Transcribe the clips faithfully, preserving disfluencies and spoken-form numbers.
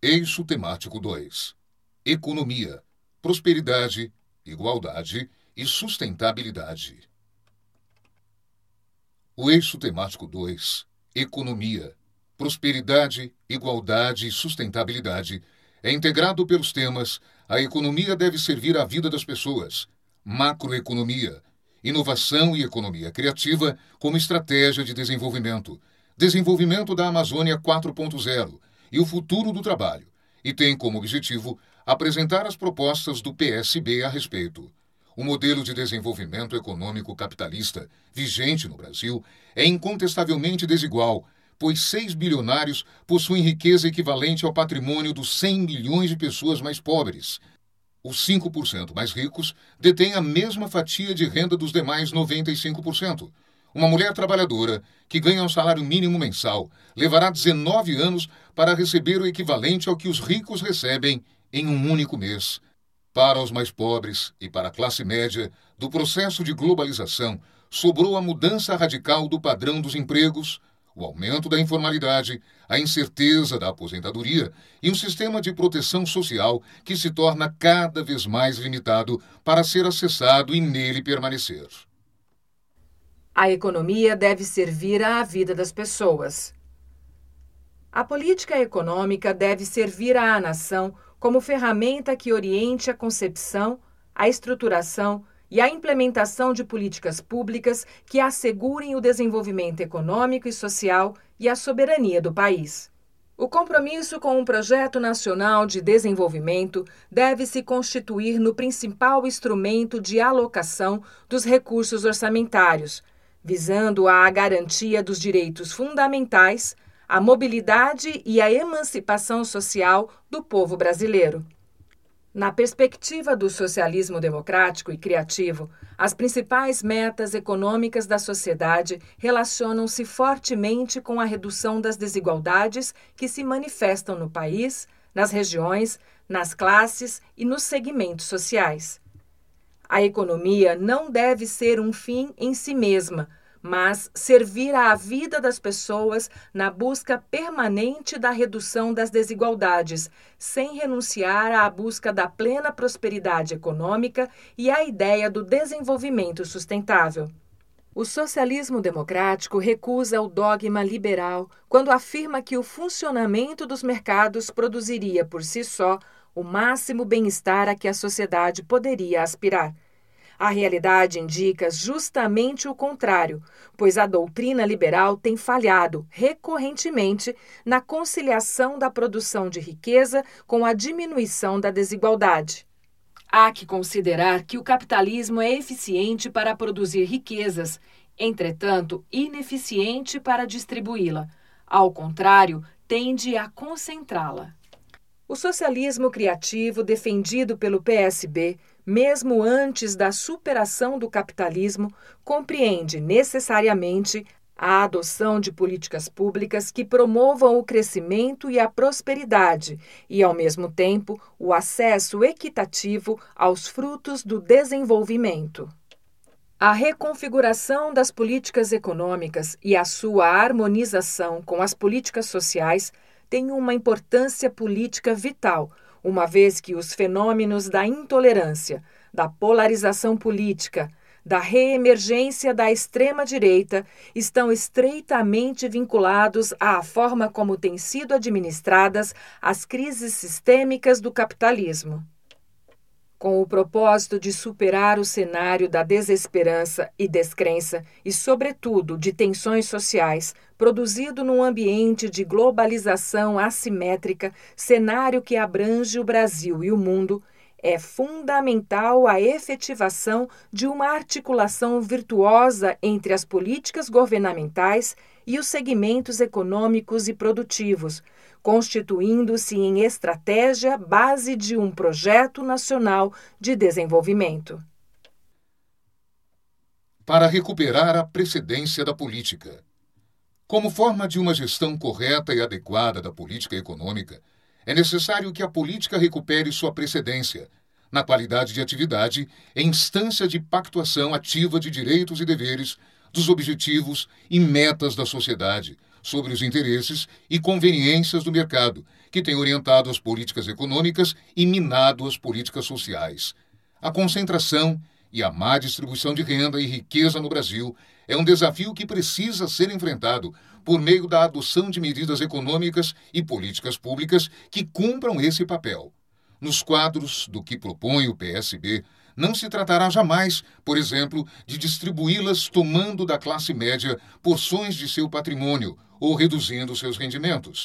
Eixo temático dois. Economia, prosperidade, igualdade e sustentabilidade. O eixo temático dois, Economia, prosperidade, igualdade e sustentabilidade, é integrado pelos temas: a economia deve servir à vida das pessoas, macroeconomia, inovação e economia criativa como estratégia de desenvolvimento, desenvolvimento da Amazônia quatro ponto zero e o futuro do trabalho, e tem como objetivo apresentar as propostas do P S B a respeito. O modelo de desenvolvimento econômico capitalista vigente no Brasil é incontestavelmente desigual, pois seis bilionários possuem riqueza equivalente ao patrimônio dos cem milhões de pessoas mais pobres. Os cinco por cento mais ricos detêm a mesma fatia de renda dos demais noventa e cinco por cento. Uma mulher trabalhadora que ganha um salário mínimo mensal levará dezenove anos para receber o equivalente ao que os ricos recebem em um único mês. Para os mais pobres e para a classe média, do processo de globalização, sobrou a mudança radical do padrão dos empregos, o aumento da informalidade, a incerteza da aposentadoria e um sistema de proteção social que se torna cada vez mais limitado para ser acessado e nele permanecer. A economia deve servir à vida das pessoas. A política econômica deve servir à nação como ferramenta que oriente a concepção, a estruturação e a implementação de políticas públicas que assegurem o desenvolvimento econômico e social e a soberania do país. O compromisso com um projeto nacional de desenvolvimento deve se constituir no principal instrumento de alocação dos recursos orçamentários, visando a garantia dos direitos fundamentais, a mobilidade e a emancipação social do povo brasileiro. Na perspectiva do socialismo democrático e criativo, as principais metas econômicas da sociedade relacionam-se fortemente com a redução das desigualdades que se manifestam no país, nas regiões, nas classes e nos segmentos sociais. A economia não deve ser um fim em si mesma, mas servir à vida das pessoas na busca permanente da redução das desigualdades, sem renunciar à busca da plena prosperidade econômica e à ideia do desenvolvimento sustentável. O socialismo democrático recusa o dogma liberal quando afirma que o funcionamento dos mercados produziria por si só o máximo bem-estar a que a sociedade poderia aspirar. A realidade indica justamente o contrário, pois a doutrina liberal tem falhado recorrentemente na conciliação da produção de riqueza com a diminuição da desigualdade. Há que considerar que o capitalismo é eficiente para produzir riquezas, entretanto, ineficiente para distribuí-la. Ao contrário, tende a concentrá-la. O socialismo criativo defendido pelo P S B, mesmo antes da superação do capitalismo, compreende necessariamente a adoção de políticas públicas que promovam o crescimento e a prosperidade e, ao mesmo tempo, o acesso equitativo aos frutos do desenvolvimento. A reconfiguração das políticas econômicas e a sua harmonização com as políticas sociais tem uma importância política vital, uma vez que os fenômenos da intolerância, da polarização política, da reemergência da extrema-direita estão estreitamente vinculados à forma como têm sido administradas as crises sistêmicas do capitalismo. Com o propósito de superar o cenário da desesperança e descrença e, sobretudo, de tensões sociais, produzido num ambiente de globalização assimétrica, cenário que abrange o Brasil e o mundo, é fundamental a efetivação de uma articulação virtuosa entre as políticas governamentais e os segmentos econômicos e produtivos, constituindo-se em estratégia base de um projeto nacional de desenvolvimento. Para recuperar a precedência da política. Como forma de uma gestão correta e adequada da política econômica, é necessário que a política recupere sua precedência, na qualidade de atividade e instância de pactuação ativa de direitos e deveres, dos objetivos e metas da sociedade, sobre os interesses e conveniências do mercado, que tem orientado as políticas econômicas e minado as políticas sociais. A concentração e a má distribuição de renda e riqueza no Brasil é um desafio que precisa ser enfrentado por meio da adoção de medidas econômicas e políticas públicas que cumpram esse papel. Nos quadros do que propõe o P S B, não se tratará jamais, por exemplo, de distribuí-las tomando da classe média porções de seu patrimônio ou reduzindo seus rendimentos.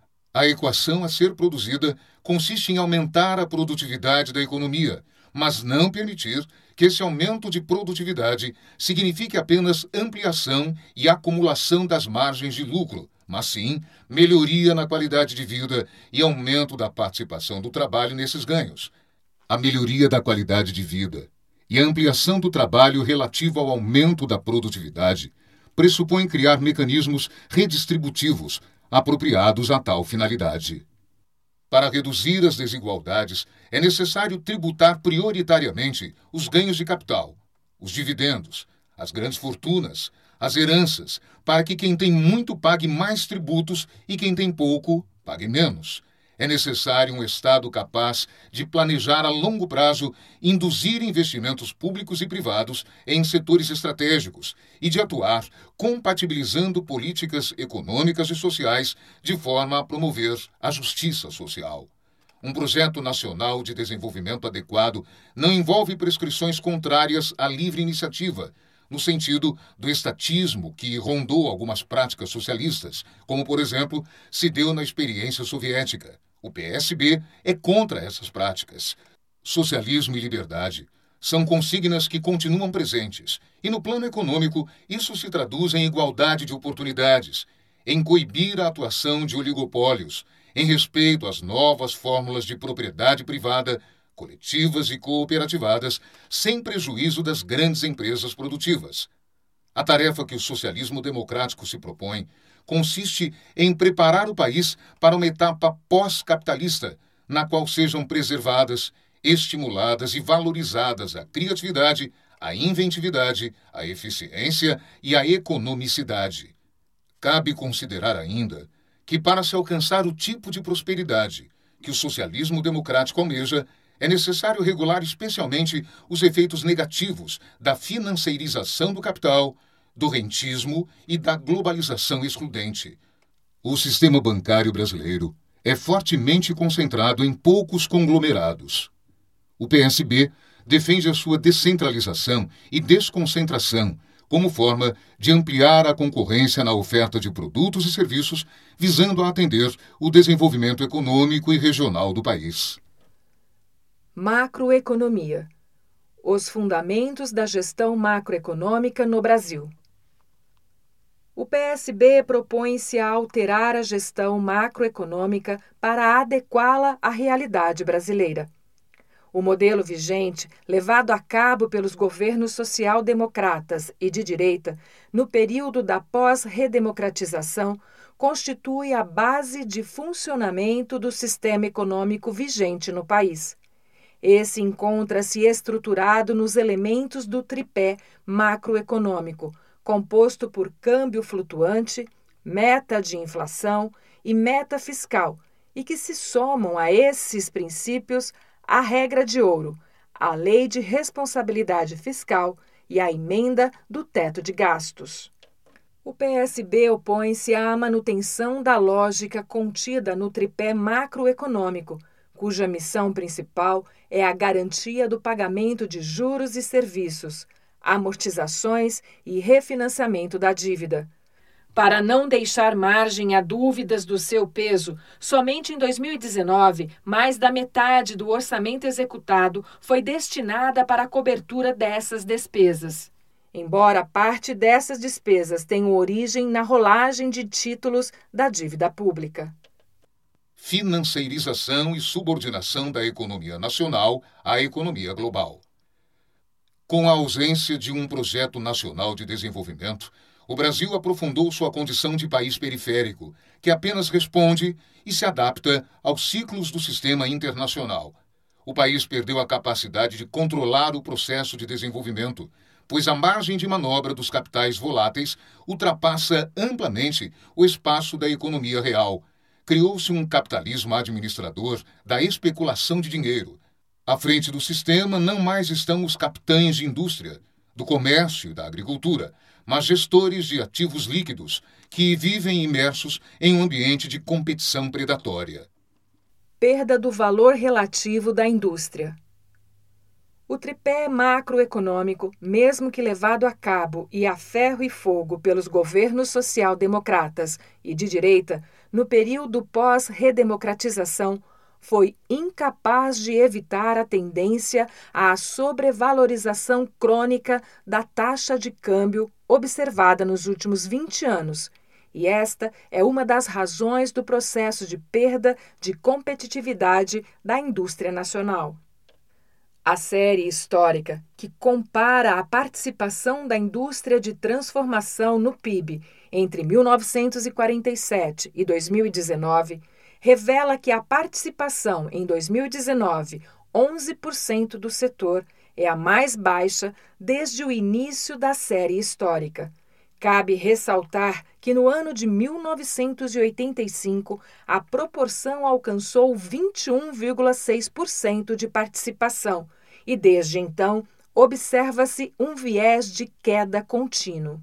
A equação a ser produzida consiste em aumentar a produtividade da economia, mas não permitir que esse aumento de produtividade signifique apenas ampliação e acumulação das margens de lucro, mas sim melhoria na qualidade de vida e aumento da participação do trabalho nesses ganhos. A melhoria da qualidade de vida e a ampliação do trabalho relativo ao aumento da produtividade pressupõe criar mecanismos redistributivos apropriados a tal finalidade. Para reduzir as desigualdades, é necessário tributar prioritariamente os ganhos de capital, os dividendos, as grandes fortunas, as heranças, para que quem tem muito pague mais tributos e quem tem pouco pague menos. É necessário um Estado capaz de planejar a longo prazo, induzir investimentos públicos e privados em setores estratégicos e de atuar compatibilizando políticas econômicas e sociais de forma a promover a justiça social. Um projeto nacional de desenvolvimento adequado não envolve prescrições contrárias à livre iniciativa, no sentido do estatismo que rondou algumas práticas socialistas, como, por exemplo, se deu na experiência soviética. O P S B é contra essas práticas. Socialismo e liberdade são consignas que continuam presentes, e no plano econômico isso se traduz em igualdade de oportunidades, em coibir a atuação de oligopólios, em respeito às novas fórmulas de propriedade privada, coletivas e cooperativadas, sem prejuízo das grandes empresas produtivas. A tarefa que o socialismo democrático se propõe consiste em preparar o país para uma etapa pós-capitalista, na qual sejam preservadas, estimuladas e valorizadas a criatividade, a inventividade, a eficiência e a economicidade. Cabe considerar ainda que, para se alcançar o tipo de prosperidade que o socialismo democrático almeja, é necessário regular especialmente os efeitos negativos da financeirização do capital, do rentismo e da globalização excludente. O sistema bancário brasileiro é fortemente concentrado em poucos conglomerados. O P S B defende a sua descentralização e desconcentração como forma de ampliar a concorrência na oferta de produtos e serviços, visando a atender o desenvolvimento econômico e regional do país. Macroeconomia. Os fundamentos da gestão macroeconômica no Brasil. O P S B propõe-se a alterar a gestão macroeconômica para adequá-la à realidade brasileira. O modelo vigente, levado a cabo pelos governos social-democratas e de direita no período da pós-redemocratização, constitui a base de funcionamento do sistema econômico vigente no país. Esse encontra-se estruturado nos elementos do tripé macroeconômico, composto por câmbio flutuante, meta de inflação e meta fiscal, e que se somam a esses princípios a regra de ouro, a Lei de Responsabilidade Fiscal e a emenda do teto de gastos. O P S B opõe-se à manutenção da lógica contida no tripé macroeconômico, cuja missão principal é a garantia do pagamento de juros e serviços, amortizações e refinanciamento da dívida. Para não deixar margem a dúvidas do seu peso, somente em dois mil e dezenove, mais da metade do orçamento executado foi destinada para a cobertura dessas despesas. Embora parte dessas despesas tenham origem na rolagem de títulos da dívida pública. Financeirização e subordinação da economia nacional à economia global. Com a ausência de um projeto nacional de desenvolvimento, o Brasil aprofundou sua condição de país periférico, que apenas responde e se adapta aos ciclos do sistema internacional. O país perdeu a capacidade de controlar o processo de desenvolvimento, pois a margem de manobra dos capitais voláteis ultrapassa amplamente o espaço da economia real. Criou-se um capitalismo administrador da especulação de dinheiro. À frente do sistema não mais estão os capitães de indústria, do comércio e da agricultura, mas gestores de ativos líquidos que vivem imersos em um ambiente de competição predatória. Perda do valor relativo da indústria. O tripé macroeconômico, mesmo que levado a cabo e a ferro e fogo pelos governos social-democratas e de direita, no período pós-redemocratização, foi incapaz de evitar a tendência à sobrevalorização crônica da taxa de câmbio observada nos últimos vinte anos, e esta é uma das razões do processo de perda de competitividade da indústria nacional. A série histórica, que compara a participação da indústria de transformação no P I B entre mil novecentos e quarenta e sete e dois mil e dezenove, revela que a participação em dois mil e dezenove, onze por cento do setor, é a mais baixa desde o início da série histórica. Cabe ressaltar que no ano de mil novecentos e oitenta e cinco, a proporção alcançou vinte e um vírgula seis por cento de participação e, desde então, observa-se um viés de queda contínuo.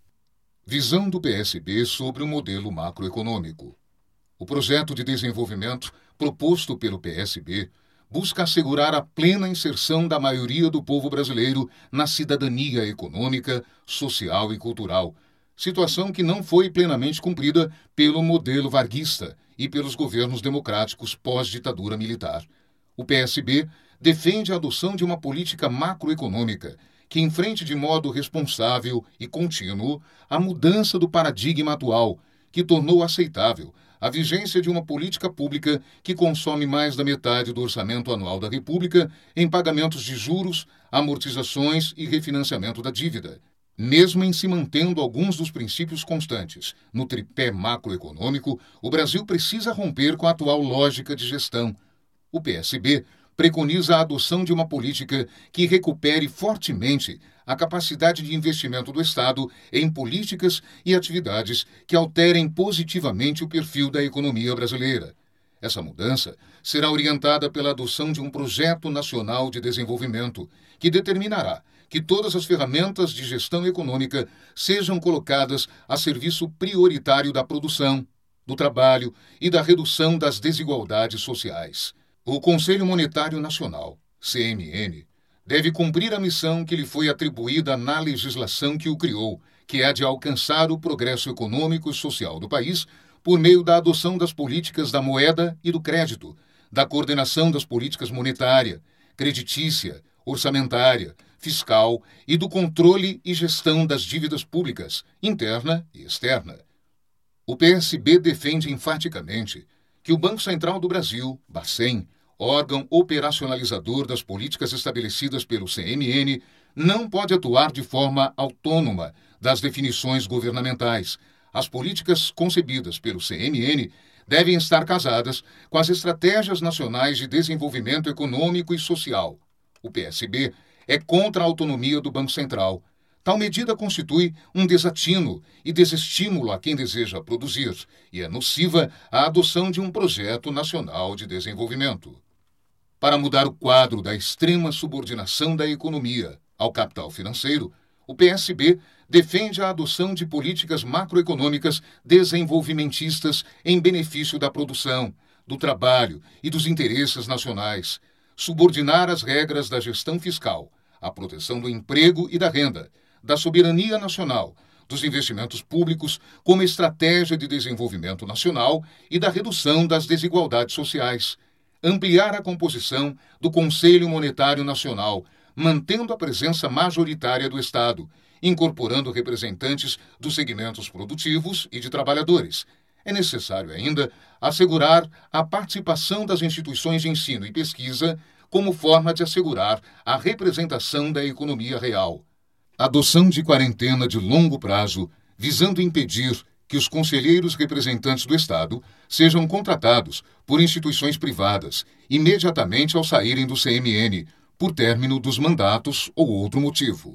Visão do P S B sobre o modelo macroeconômico. O projeto de desenvolvimento proposto pelo P S B busca assegurar a plena inserção da maioria do povo brasileiro na cidadania econômica, social e cultural, situação que não foi plenamente cumprida pelo modelo varguista e pelos governos democráticos pós-ditadura militar. O P S B defende a adoção de uma política macroeconômica que enfrente de modo responsável e contínuo a mudança do paradigma atual, que tornou aceitável a vigência de uma política pública que consome mais da metade do orçamento anual da República em pagamentos de juros, amortizações e refinanciamento da dívida. Mesmo em se mantendo alguns dos princípios constantes no tripé macroeconômico, o Brasil precisa romper com a atual lógica de gestão. O P S B preconiza a adoção de uma política que recupere fortemente a capacidade de investimento do Estado em políticas e atividades que alterem positivamente o perfil da economia brasileira. Essa mudança será orientada pela adoção de um projeto nacional de desenvolvimento, que determinará que todas as ferramentas de gestão econômica sejam colocadas a serviço prioritário da produção, do trabalho e da redução das desigualdades sociais. O Conselho Monetário Nacional, C M N, deve cumprir a missão que lhe foi atribuída na legislação que o criou, que é a de alcançar o progresso econômico e social do país por meio da adoção das políticas da moeda e do crédito, da coordenação das políticas monetária, creditícia, orçamentária, fiscal e do controle e gestão das dívidas públicas, interna e externa. O P S B defende enfaticamente que o Banco Central do Brasil, Bacen, órgão operacionalizador das políticas estabelecidas pelo C M N, não pode atuar de forma autônoma das definições governamentais. As políticas concebidas pelo C M N devem estar casadas com as estratégias nacionais de desenvolvimento econômico e social. O P S B é contra a autonomia do Banco Central. Tal medida constitui um desatino e desestímulo a quem deseja produzir e é nociva à adoção de um projeto nacional de desenvolvimento. Para mudar o quadro da extrema subordinação da economia ao capital financeiro, o P S B defende a adoção de políticas macroeconômicas desenvolvimentistas em benefício da produção, do trabalho e dos interesses nacionais, subordinar as regras da gestão fiscal, à proteção do emprego e da renda, da soberania nacional, dos investimentos públicos como estratégia de desenvolvimento nacional e da redução das desigualdades sociais, ampliar a composição do Conselho Monetário Nacional, mantendo a presença majoritária do Estado, incorporando representantes dos segmentos produtivos e de trabalhadores. É necessário ainda assegurar a participação das instituições de ensino e pesquisa como forma de assegurar a representação da economia real. Adoção de quarentena de longo prazo, visando impedir que os conselheiros representantes do Estado sejam contratados por instituições privadas imediatamente ao saírem do C M N, por término dos mandatos ou outro motivo.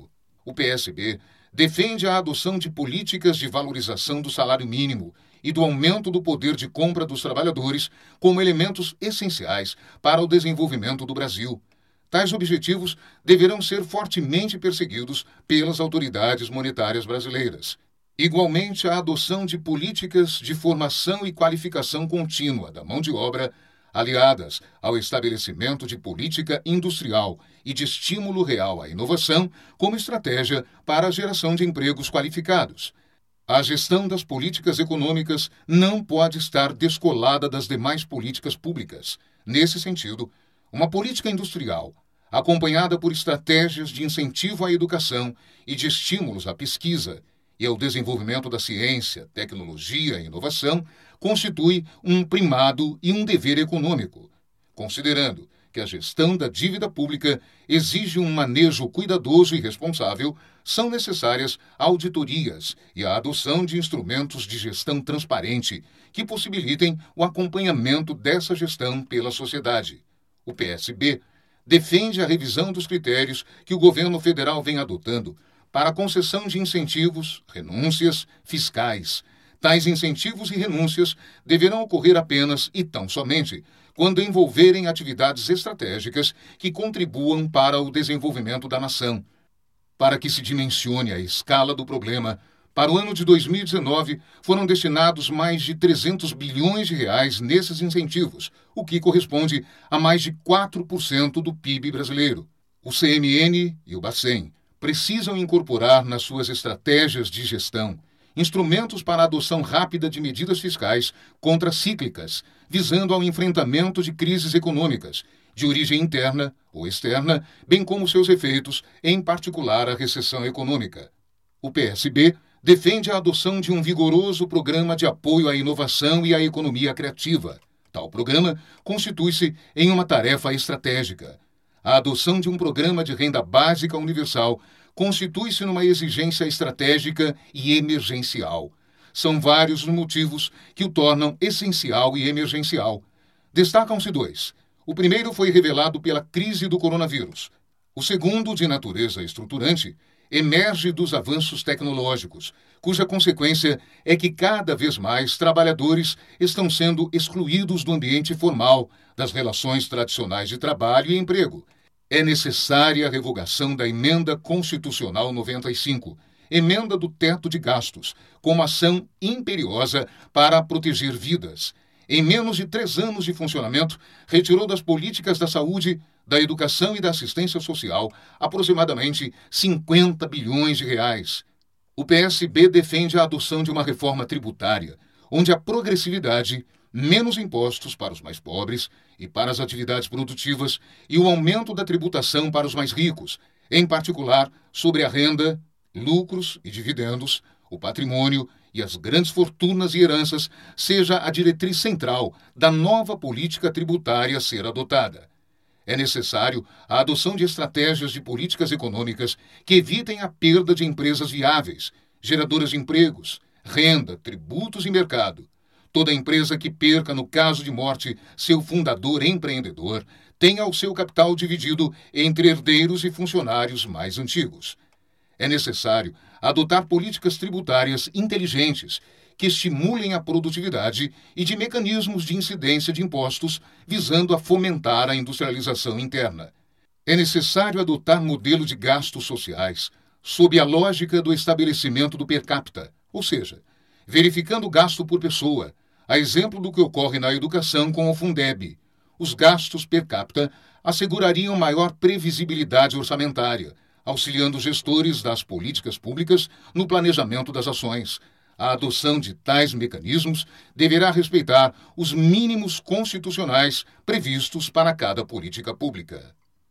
O P S B defende a adoção de políticas de valorização do salário mínimo e do aumento do poder de compra dos trabalhadores como elementos essenciais para o desenvolvimento do Brasil. Tais objetivos deverão ser fortemente perseguidos pelas autoridades monetárias brasileiras. Igualmente, a adoção de políticas de formação e qualificação contínua da mão de obra, aliadas ao estabelecimento de política industrial e de estímulo real à inovação como estratégia para a geração de empregos qualificados. A gestão das políticas econômicas não pode estar descolada das demais políticas públicas. Nesse sentido, uma política industrial, acompanhada por estratégias de incentivo à educação e de estímulos à pesquisa e ao desenvolvimento da ciência, tecnologia e inovação, constitui um primado e um dever econômico, considerando que a gestão da dívida pública exige um manejo cuidadoso e responsável, são necessárias auditorias e a adoção de instrumentos de gestão transparente que possibilitem o acompanhamento dessa gestão pela sociedade. O P S B defende a revisão dos critérios que o governo federal vem adotando para a concessão de incentivos, renúncias fiscais. Tais incentivos e renúncias deverão ocorrer apenas e tão somente quando envolverem atividades estratégicas que contribuam para o desenvolvimento da nação. Para que se dimensione a escala do problema, para o ano de dois mil e dezenove foram destinados mais de trezentos bilhões de reais nesses incentivos, o que corresponde a mais de quatro por cento do P I B brasileiro. O C M N e o Bacen precisam incorporar nas suas estratégias de gestão instrumentos para a adoção rápida de medidas fiscais contracíclicas, visando ao enfrentamento de crises econômicas, de origem interna ou externa, bem como seus efeitos, em particular a recessão econômica. O P S B defende a adoção de um vigoroso programa de apoio à inovação e à economia criativa. Tal programa constitui-se em uma tarefa estratégica. A adoção de um programa de renda básica universal constitui-se numa exigência estratégica e emergencial. São vários os motivos que o tornam essencial e emergencial. Destacam-se dois. O primeiro foi revelado pela crise do coronavírus. O segundo, de natureza estruturante, emerge dos avanços tecnológicos, cuja consequência é que cada vez mais trabalhadores estão sendo excluídos do ambiente formal, das relações tradicionais de trabalho e emprego. É necessária a revogação da Emenda Constitucional noventa e cinco, emenda do teto de gastos, como ação imperiosa para proteger vidas. Em menos de três anos de funcionamento, retirou das políticas da saúde, da educação e da assistência social aproximadamente cinquenta bilhões de reais. O P S B defende a adoção de uma reforma tributária, onde a progressividade, menos impostos para os mais pobres e para as atividades produtivas e o aumento da tributação para os mais ricos, em particular sobre a renda, lucros e dividendos, o patrimônio e as grandes fortunas e heranças, seja a diretriz central da nova política tributária a ser adotada. É necessário a adoção de estratégias de políticas econômicas que evitem a perda de empresas viáveis, geradoras de empregos, renda, tributos e mercado. Toda empresa que perca, no caso de morte, seu fundador empreendedor, tenha o seu capital dividido entre herdeiros e funcionários mais antigos. É necessário adotar políticas tributárias inteligentes que estimulem a produtividade e de mecanismos de incidência de impostos visando a fomentar a industrialização interna. É necessário adotar modelo de gastos sociais sob a lógica do estabelecimento do per capita, ou seja, verificando o gasto por pessoa, a exemplo do que ocorre na educação com o Fundeb. Os gastos per capita assegurariam maior previsibilidade orçamentária, auxiliando gestores das políticas públicas no planejamento das ações. A adoção de tais mecanismos deverá respeitar os mínimos constitucionais previstos para cada política pública.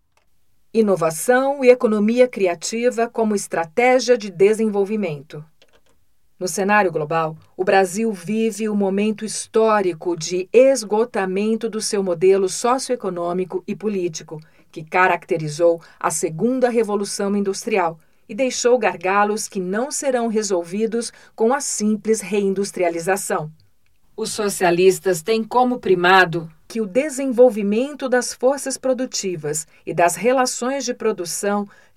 Inovação e economia criativa como estratégia de desenvolvimento. No cenário global, o Brasil vive um momento histórico de esgotamento do seu modelo socioeconômico e político, que caracterizou a segunda revolução industrial e deixou gargalos que não serão resolvidos com a simples reindustrialização. Os socialistas têm como primado que o desenvolvimento das forças produtivas e das relações de produção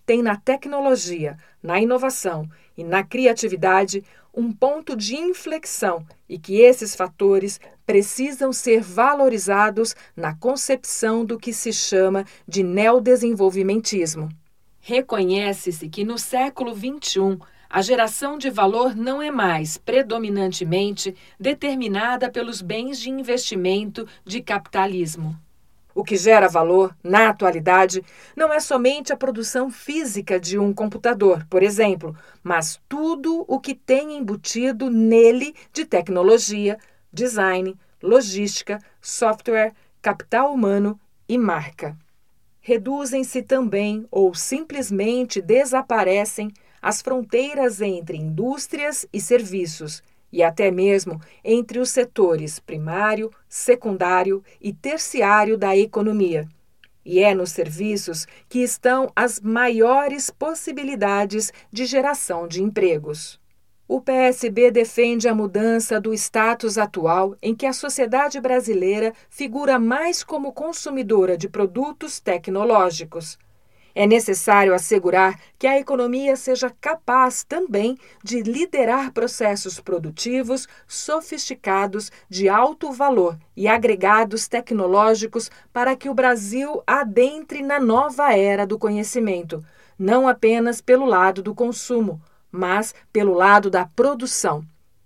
tem na tecnologia, na inovação e na criatividade um ponto de inflexão e que esses fatores precisam ser valorizados na concepção do que se chama de neodesenvolvimentismo. Reconhece-se que no século vinte e um, a geração de valor não é mais predominantemente determinada pelos bens de investimento de capitalismo. O que gera valor, na atualidade, não é somente a produção física de um computador, por exemplo, mas tudo o que tem embutido nele de tecnologia, design, logística, software, capital humano e marca. Reduzem-se também ou simplesmente desaparecem as fronteiras entre indústrias e serviços, e até mesmo entre os setores primário, secundário e terciário da economia. E é nos serviços que estão as maiores possibilidades de geração de empregos. O P S B defende a mudança do status atual em que a sociedade brasileira figura mais como consumidora de produtos tecnológicos. É necessário assegurar que a economia seja capaz também de liderar processos produtivos sofisticados de alto valor e agregados tecnológicos para que o Brasil adentre na nova era do conhecimento, não apenas pelo lado do consumo, mas pelo lado da produção.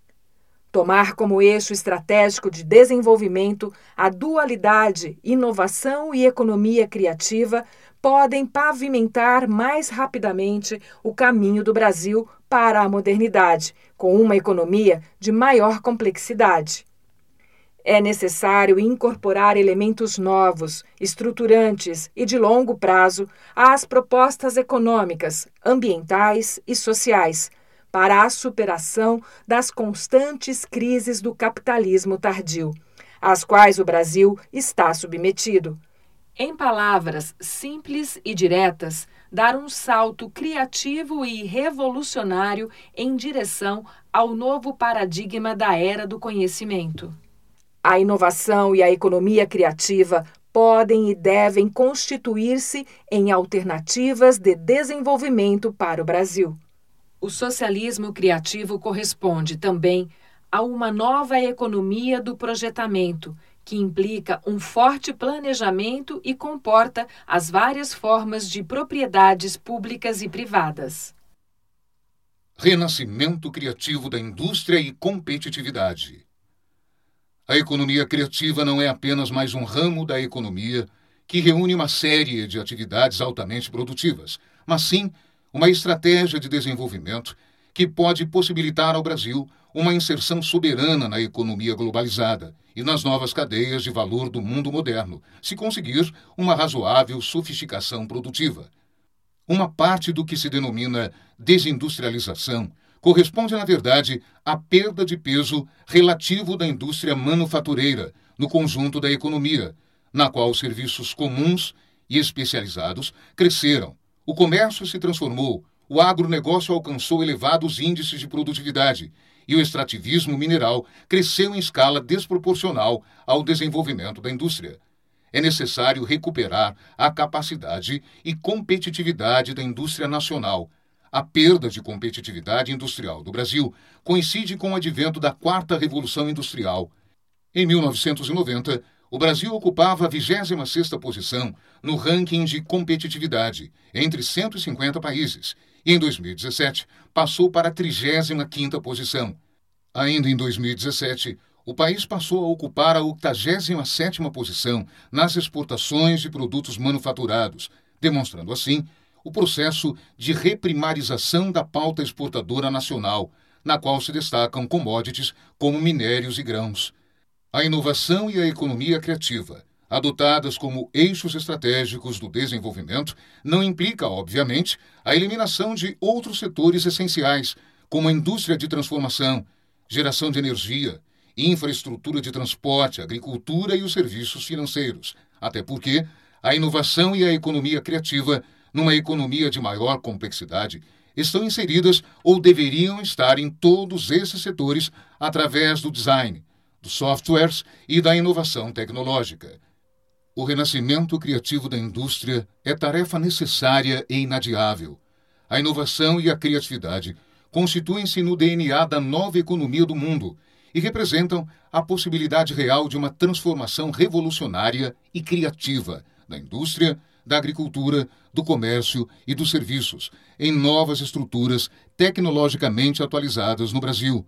Tomar como eixo estratégico de desenvolvimento a dualidade inovação e economia criativa podem pavimentar mais rapidamente o caminho do Brasil para a modernidade, com uma economia de maior complexidade. É necessário incorporar elementos novos, estruturantes e de longo prazo às propostas econômicas, ambientais e sociais, para a superação das constantes crises do capitalismo tardio, às quais o Brasil está submetido. Em palavras simples e diretas, dar um salto criativo e revolucionário em direção ao novo paradigma da era do conhecimento. A inovação e a economia criativa podem e devem constituir-se em alternativas de desenvolvimento para o Brasil. O socialismo criativo corresponde também a uma nova economia do projetamento, que implica um forte planejamento e comporta as várias formas de propriedades públicas e privadas. Renascimento criativo da indústria e competitividade. A economia criativa não é apenas mais um ramo da economia que reúne uma série de atividades altamente produtivas, mas sim uma estratégia de desenvolvimento que pode possibilitar ao Brasil uma inserção soberana na economia globalizada e nas novas cadeias de valor do mundo moderno, se conseguir uma razoável sofisticação produtiva. Uma parte do que se denomina desindustrialização corresponde, na verdade, à perda de peso relativo da indústria manufatureira no conjunto da economia, na qual os serviços comuns e especializados cresceram, o comércio se transformou, o agronegócio alcançou elevados índices de produtividade e o extrativismo mineral cresceu em escala desproporcional ao desenvolvimento da indústria. É necessário recuperar a capacidade e competitividade da indústria nacional. A perda de competitividade industrial do Brasil coincide com o advento da Quarta Revolução Industrial. Em mil novecentos e noventa, o Brasil ocupava a vigésima sexta posição no ranking de competitividade entre cento e cinquenta países e, em dois mil e dezessete, passou para a trigésima quinta posição. Ainda em dois mil e dezessete, o país passou a ocupar a octagésima sétima posição nas exportações de produtos manufaturados, demonstrando assim o processo de reprimarização da pauta exportadora nacional, na qual se destacam commodities como minérios e grãos. A inovação e a economia criativa, adotadas como eixos estratégicos do desenvolvimento, não implica, obviamente, a eliminação de outros setores essenciais, como a indústria de transformação, geração de energia, infraestrutura de transporte, agricultura e os serviços financeiros, até porque a inovação e a economia criativa, numa economia de maior complexidade, estão inseridas ou deveriam estar em todos esses setores através do design, dos softwares e da inovação tecnológica. O renascimento criativo da indústria é tarefa necessária e inadiável. A inovação e a criatividade constituem-se no D N A da nova economia do mundo e representam a possibilidade real de uma transformação revolucionária e criativa da indústria, da agricultura, do comércio e dos serviços em novas estruturas tecnologicamente atualizadas no Brasil.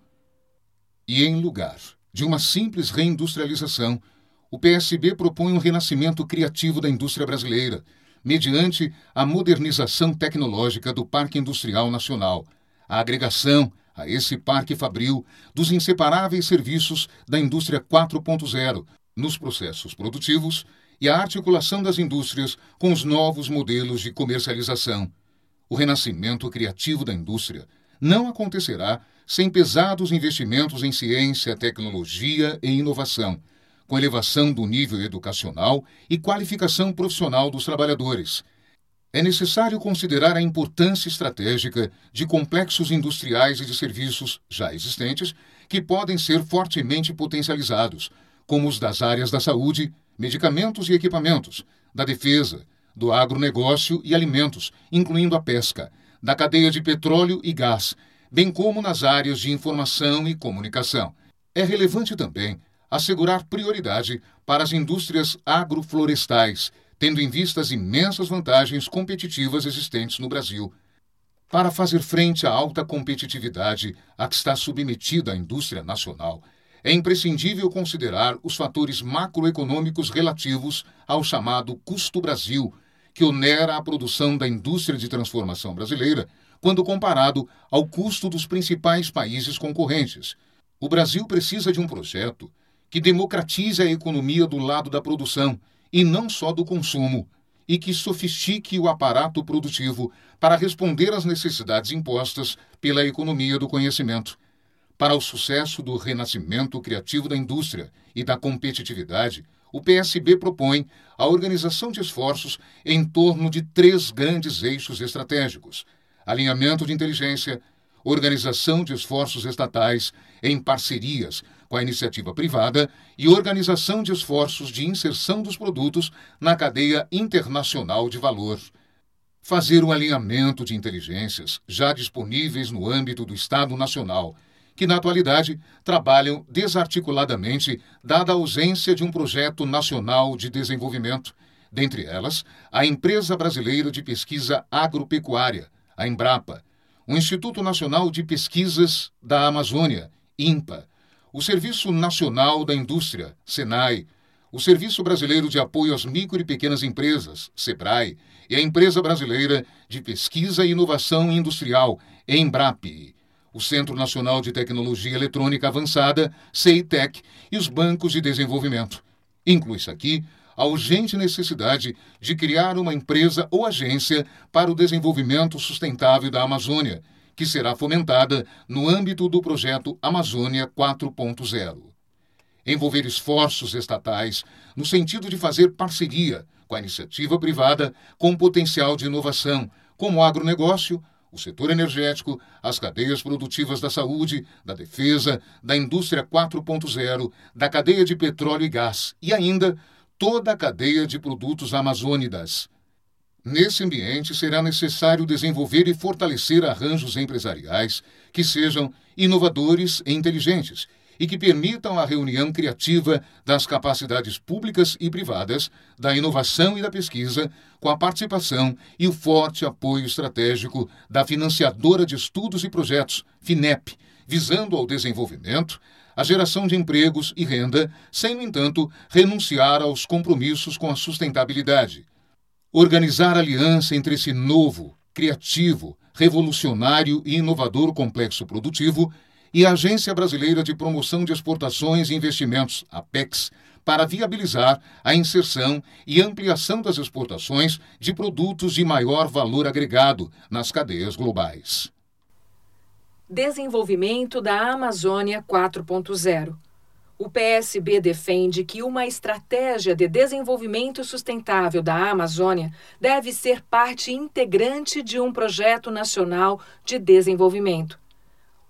E em lugar de uma simples reindustrialização, o P S B propõe um renascimento criativo da indústria brasileira, mediante a modernização tecnológica do Parque Industrial Nacional, a agregação a esse parque fabril dos inseparáveis serviços da indústria quatro ponto zero nos processos produtivos e a articulação das indústrias com os novos modelos de comercialização. O renascimento criativo da indústria não acontecerá sem pesados investimentos em ciência, tecnologia e inovação, com elevação do nível educacional e qualificação profissional dos trabalhadores. É necessário considerar a importância estratégica de complexos industriais e de serviços já existentes que podem ser fortemente potencializados, como os das áreas da saúde, medicamentos e equipamentos, da defesa, do agronegócio e alimentos, incluindo a pesca, da cadeia de petróleo e gás, bem como nas áreas de informação e comunicação. É relevante também assegurar prioridade para as indústrias agroflorestais, tendo em vista as imensas vantagens competitivas existentes no Brasil. Para fazer frente à alta competitividade a que está submetida a indústria nacional, é imprescindível considerar os fatores macroeconômicos relativos ao chamado custo Brasil, que onera a produção da indústria de transformação brasileira quando comparado ao custo dos principais países concorrentes. O Brasil precisa de um projeto que democratize a economia do lado da produção e não só do consumo, e que sofistique o aparato produtivo para responder às necessidades impostas pela economia do conhecimento. Para o sucesso do renascimento criativo da indústria e da competitividade, o P S B propõe a organização de esforços em torno de três grandes eixos estratégicos: alinhamento de inteligência, organização de esforços estatais em parcerias com a iniciativa privada e organização de esforços de inserção dos produtos na cadeia internacional de valor. Fazer um alinhamento de inteligências já disponíveis no âmbito do Estado Nacional, que na atualidade trabalham desarticuladamente dada a ausência de um projeto nacional de desenvolvimento, dentre elas a Empresa Brasileira de Pesquisa Agropecuária, a Embrapa, o Instituto Nacional de Pesquisas da Amazônia, INPA, o Serviço Nacional da Indústria, SENAI, o Serviço Brasileiro de Apoio às Micro e Pequenas Empresas, SEBRAE, e a Empresa Brasileira de Pesquisa e Inovação Industrial, EMBRAPE, o Centro Nacional de Tecnologia Eletrônica Avançada, CEITEC, e os bancos de desenvolvimento. Inclui-se aqui a urgente necessidade de criar uma empresa ou agência para o desenvolvimento sustentável da Amazônia, que será fomentada no âmbito do projeto Amazônia quatro ponto zero. Envolver esforços estatais no sentido de fazer parceria com a iniciativa privada com potencial de inovação, como o agronegócio, o setor energético, as cadeias produtivas da saúde, da defesa, da indústria quatro ponto zero, da cadeia de petróleo e gás e ainda toda a cadeia de produtos amazônidas. Nesse ambiente, será necessário desenvolver e fortalecer arranjos empresariais que sejam inovadores e inteligentes e que permitam a reunião criativa das capacidades públicas e privadas, da inovação e da pesquisa, com a participação e o forte apoio estratégico da Financiadora de Estudos e Projetos, FINEP, visando ao desenvolvimento, a geração de empregos e renda, sem, no entanto, renunciar aos compromissos com a sustentabilidade. Organizar aliança entre esse novo, criativo, revolucionário e inovador complexo produtivo e a Agência Brasileira de Promoção de Exportações e Investimentos, APEX, para viabilizar a inserção e ampliação das exportações de produtos de maior valor agregado nas cadeias globais. Desenvolvimento da Amazônia quatro ponto zero. O P S B defende que uma estratégia de desenvolvimento sustentável da Amazônia deve ser parte integrante de um projeto nacional de desenvolvimento.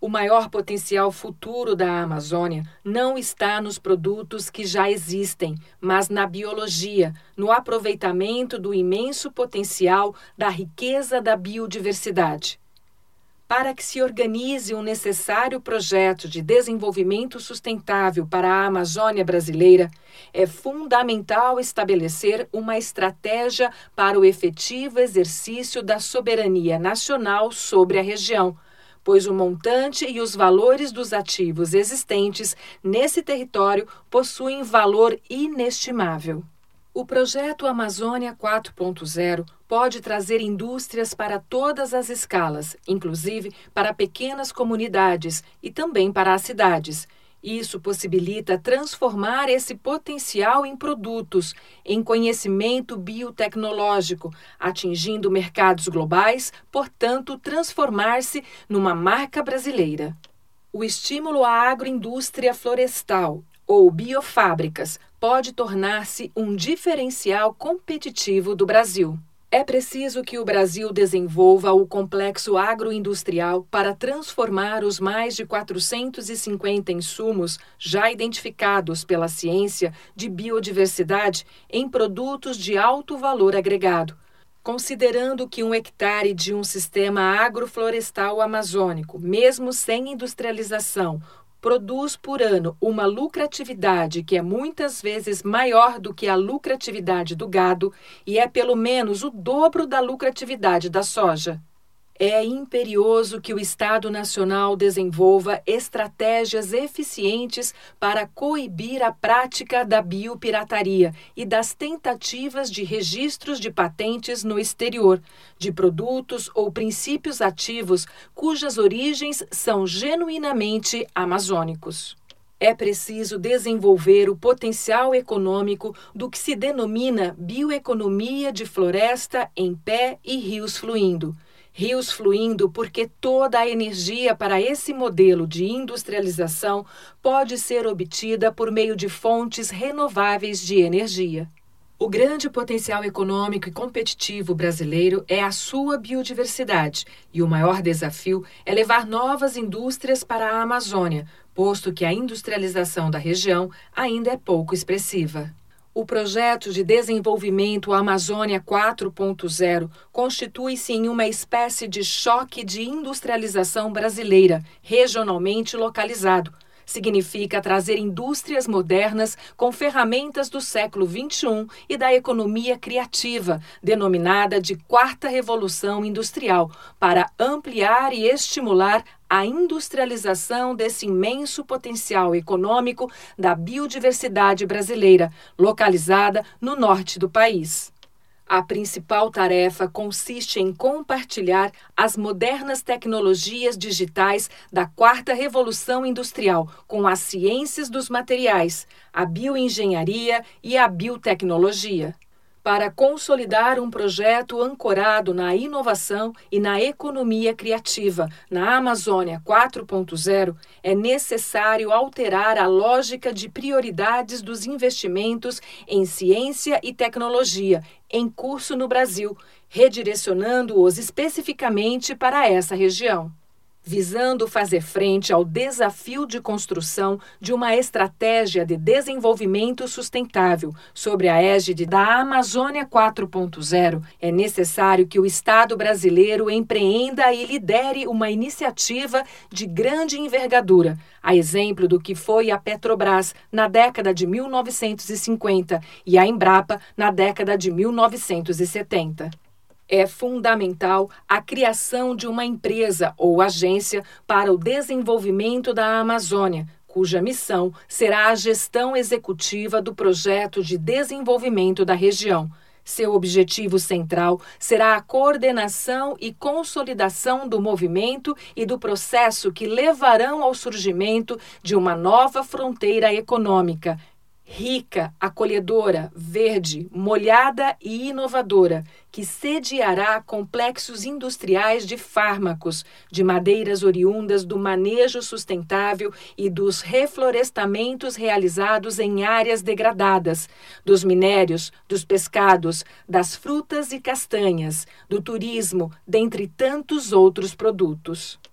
O maior potencial futuro da Amazônia não está nos produtos que já existem, mas na biologia, no aproveitamento do imenso potencial da riqueza da biodiversidade. Para que se organize um necessário projeto de desenvolvimento sustentável para a Amazônia brasileira, é fundamental estabelecer uma estratégia para o efetivo exercício da soberania nacional sobre a região, pois o montante e os valores dos ativos existentes nesse território possuem valor inestimável. O projeto Amazônia quatro ponto zero pode trazer indústrias para todas as escalas, inclusive para pequenas comunidades e também para as cidades. Isso possibilita transformar esse potencial em produtos, em conhecimento biotecnológico, atingindo mercados globais, portanto, transformar-se numa marca brasileira. O estímulo à agroindústria florestal, ou biofábricas, pode tornar-se um diferencial competitivo do Brasil. É preciso que o Brasil desenvolva o complexo agroindustrial para transformar os mais de quatrocentos e cinquenta insumos já identificados pela ciência de biodiversidade em produtos de alto valor agregado. Considerando que um hectare de um sistema agroflorestal amazônico, mesmo sem industrialização, produz por ano uma lucratividade que é muitas vezes maior do que a lucratividade do gado e é pelo menos o dobro da lucratividade da soja. É imperioso que o Estado Nacional desenvolva estratégias eficientes para coibir a prática da biopirataria e das tentativas de registros de patentes no exterior, de produtos ou princípios ativos cujas origens são genuinamente amazônicos. É preciso desenvolver o potencial econômico do que se denomina bioeconomia de floresta em pé e rios fluindo. Rios fluindo porque toda a energia para esse modelo de industrialização pode ser obtida por meio de fontes renováveis de energia. O grande potencial econômico e competitivo brasileiro é a sua biodiversidade, e o maior desafio é levar novas indústrias para a Amazônia, posto que a industrialização da região ainda é pouco expressiva. O projeto de desenvolvimento Amazônia quatro ponto zero constitui-se em uma espécie de choque de industrialização brasileira, regionalmente localizado. Significa trazer indústrias modernas com ferramentas do século vinte e um e da economia criativa, denominada de Quarta Revolução Industrial, para ampliar e estimular a industrialização desse imenso potencial econômico da biodiversidade brasileira, localizada no norte do país. A principal tarefa consiste em compartilhar as modernas tecnologias digitais da Quarta Revolução Industrial com as ciências dos materiais, a bioengenharia e a biotecnologia. Para consolidar um projeto ancorado na inovação e na economia criativa na Amazônia quatro ponto zero, é necessário alterar a lógica de prioridades dos investimentos em ciência e tecnologia em curso no Brasil, redirecionando-os especificamente para essa região. Visando fazer frente ao desafio de construção de uma estratégia de desenvolvimento sustentável sob a égide da Amazônia quatro ponto zero, é necessário que o Estado brasileiro empreenda e lidere uma iniciativa de grande envergadura, a exemplo do que foi a Petrobras na década de mil novecentos e cinquenta e a Embrapa na década de mil novecentos e setenta. É fundamental a criação de uma empresa ou agência para o desenvolvimento da Amazônia, cuja missão será a gestão executiva do projeto de desenvolvimento da região. Seu objetivo central será a coordenação e consolidação do movimento e do processo que levarão ao surgimento de uma nova fronteira econômica, rica, acolhedora, verde, molhada e inovadora, que sediará complexos industriais de fármacos, de madeiras oriundas do manejo sustentável e dos reflorestamentos realizados em áreas degradadas, dos minérios, dos pescados, das frutas e castanhas, do turismo, dentre tantos outros produtos.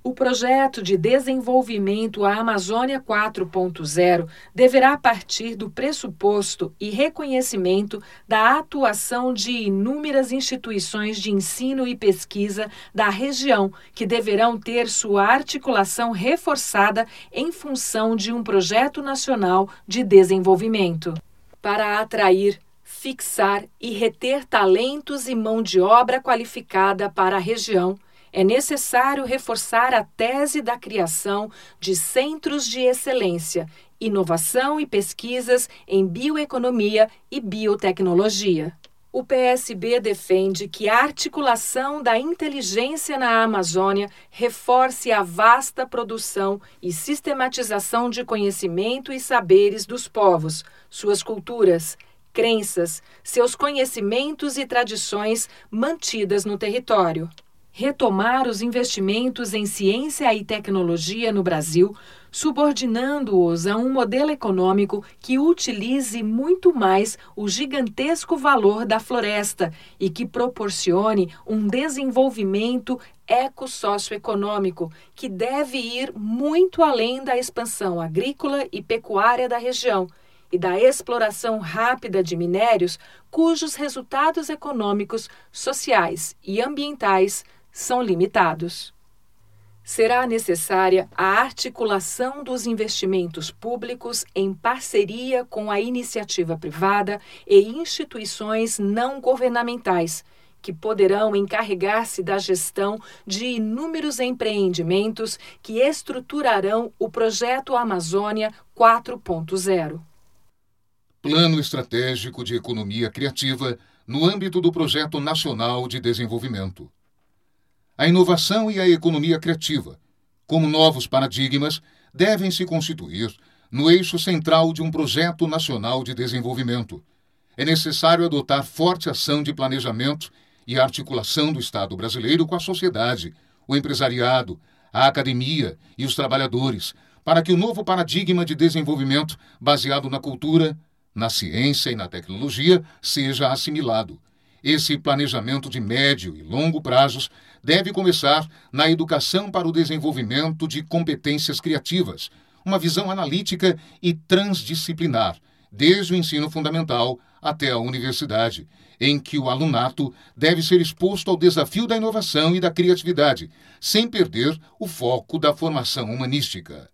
O projeto de desenvolvimento Amazônia quatro ponto zero deverá partir do pressuposto e reconhecimento da atuação de inúmeras instituições de ensino e pesquisa da região, que deverão ter sua articulação reforçada em função de um projeto nacional de desenvolvimento. Para atrair, fixar e reter talentos e mão de obra qualificada para a região, é necessário reforçar a tese da criação de centros de excelência, inovação e pesquisas em bioeconomia e biotecnologia. O P S B defende que a articulação da inteligência na Amazônia reforce a vasta produção e sistematização de conhecimento e saberes dos povos, suas culturas, crenças, seus conhecimentos e tradições mantidas no território. Retomar os investimentos em ciência e tecnologia no Brasil, subordinando-os a um modelo econômico que utilize muito mais o gigantesco valor da floresta e que proporcione um desenvolvimento ecossocioeconômico que deve ir muito além da expansão agrícola e pecuária da região e da exploração rápida de minérios cujos resultados econômicos, sociais e ambientais são limitados. Será necessária a articulação dos investimentos públicos em parceria com a iniciativa privada e instituições não governamentais, que poderão encarregar-se da gestão de inúmeros empreendimentos que estruturarão o projeto Amazônia quatro ponto zero. Plano Estratégico de Economia Criativa no âmbito do Projeto Nacional de Desenvolvimento. A inovação e a economia criativa, como novos paradigmas, devem se constituir no eixo central de um projeto nacional de desenvolvimento. É necessário adotar forte ação de planejamento e articulação do Estado brasileiro com a sociedade, o empresariado, a academia e os trabalhadores, para que o novo paradigma de desenvolvimento baseado na cultura, na ciência e na tecnologia seja assimilado. Esse planejamento de médio e longo prazos deve começar na educação para o desenvolvimento de competências criativas, uma visão analítica e transdisciplinar, desde o ensino fundamental até a universidade, em que o alunato deve ser exposto ao desafio da inovação e da criatividade, sem perder o foco da formação humanística.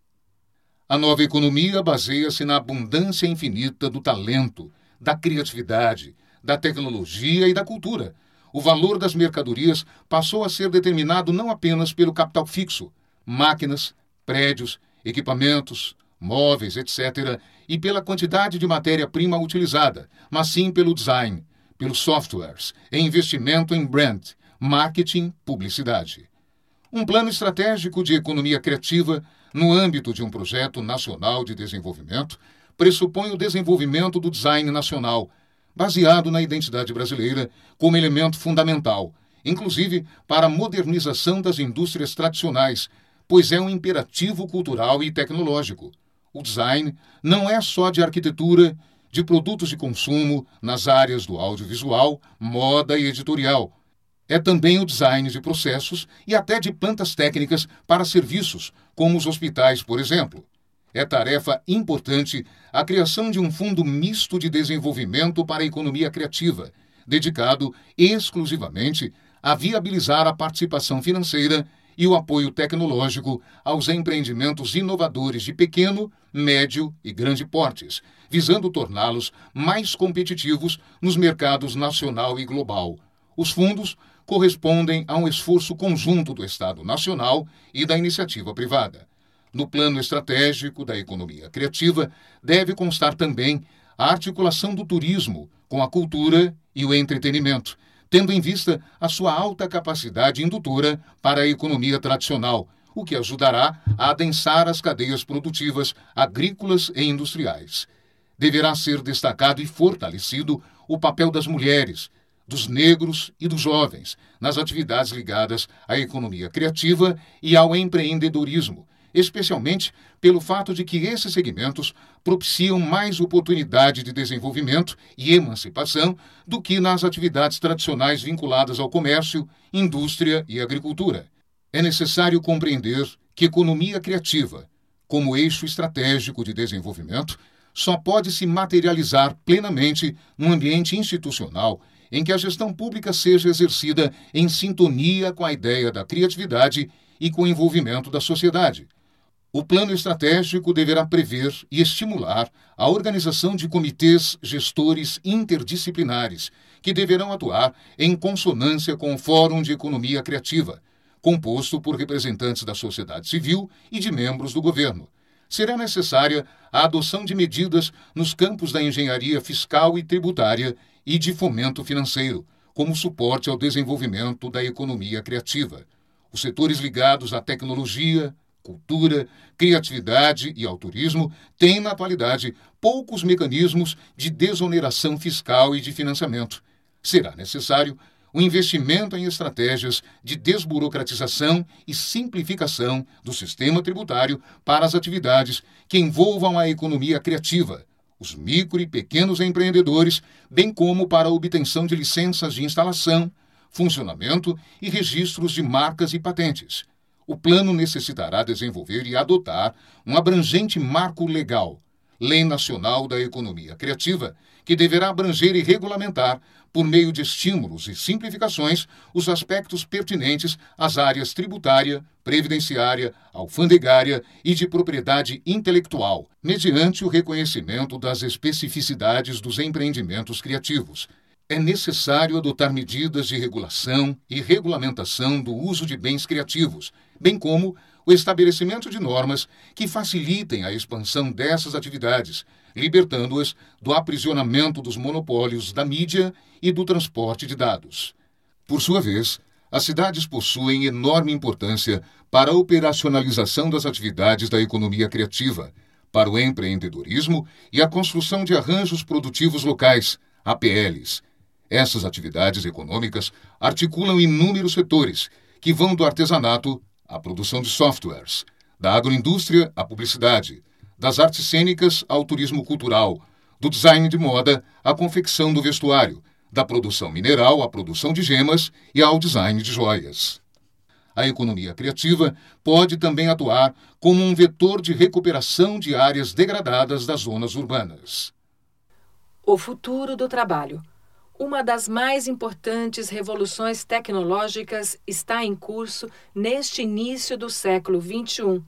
A nova economia baseia-se na abundância infinita do talento, da criatividade, da tecnologia e da cultura. O valor das mercadorias passou a ser determinado não apenas pelo capital fixo, máquinas, prédios, equipamentos, móveis, etcétera, e pela quantidade de matéria-prima utilizada, mas sim pelo design, pelos softwares e investimento em brand, marketing, publicidade. Um plano estratégico de economia criativa no âmbito de um projeto nacional de desenvolvimento pressupõe o desenvolvimento do design nacional, baseado na identidade brasileira como elemento fundamental, inclusive para a modernização das indústrias tradicionais, pois é um imperativo cultural e tecnológico. O design não é só de arquitetura, de produtos de consumo nas áreas do audiovisual, moda e editorial. É também o design de processos e até de plantas técnicas para serviços, como os hospitais, por exemplo. É tarefa importante a criação de um fundo misto de desenvolvimento para a economia criativa, dedicado exclusivamente a viabilizar a participação financeira e o apoio tecnológico aos empreendimentos inovadores de pequeno, médio e grande portes, visando torná-los mais competitivos nos mercados nacional e global. Os fundos correspondem a um esforço conjunto do Estado Nacional e da iniciativa privada. No plano estratégico da economia criativa, deve constar também a articulação do turismo com a cultura e o entretenimento, tendo em vista a sua alta capacidade indutora para a economia tradicional, o que ajudará a adensar as cadeias produtivas agrícolas e industriais. Deverá ser destacado e fortalecido o papel das mulheres, dos negros e dos jovens nas atividades ligadas à economia criativa e ao empreendedorismo, especialmente pelo fato de que esses segmentos propiciam mais oportunidade de desenvolvimento e emancipação do que nas atividades tradicionais vinculadas ao comércio, indústria e agricultura. É necessário compreender que economia criativa, como eixo estratégico de desenvolvimento, só pode se materializar plenamente num ambiente institucional em que a gestão pública seja exercida em sintonia com a ideia da criatividade e com o envolvimento da sociedade. O plano estratégico deverá prever e estimular a organização de comitês gestores interdisciplinares, que deverão atuar em consonância com o Fórum de Economia Criativa, composto por representantes da sociedade civil e de membros do governo. Será necessária a adoção de medidas nos campos da engenharia fiscal e tributária e de fomento financeiro, como suporte ao desenvolvimento da economia criativa. Os setores ligados à tecnologia, cultura, criatividade e ao turismo têm, na atualidade, poucos mecanismos de desoneração fiscal e de financiamento. Será necessário o investimento em estratégias de desburocratização e simplificação do sistema tributário para as atividades que envolvam a economia criativa, os micro e pequenos empreendedores, bem como para a obtenção de licenças de instalação, funcionamento e registros de marcas e patentes. O plano necessitará desenvolver e adotar um abrangente marco legal, Lei Nacional da Economia Criativa, que deverá abranger e regulamentar, por meio de estímulos e simplificações, os aspectos pertinentes às áreas tributária, previdenciária, alfandegária e de propriedade intelectual, mediante o reconhecimento das especificidades dos empreendimentos criativos. É necessário adotar medidas de regulação e regulamentação do uso de bens criativos, bem como o estabelecimento de normas que facilitem a expansão dessas atividades, libertando-as do aprisionamento dos monopólios da mídia e do transporte de dados. Por sua vez, as cidades possuem enorme importância para a operacionalização das atividades da economia criativa, para o empreendedorismo e a construção de arranjos produtivos locais, A P Ls. Essas atividades econômicas articulam inúmeros setores, que vão do artesanato à produção de softwares, da agroindústria à publicidade, das artes cênicas ao turismo cultural, do design de moda à confecção do vestuário, da produção mineral à produção de gemas e ao design de joias. A economia criativa pode também atuar como um vetor de recuperação de áreas degradadas das zonas urbanas. O futuro do trabalho. Uma das mais importantes revoluções tecnológicas está em curso neste início do século vinte e um,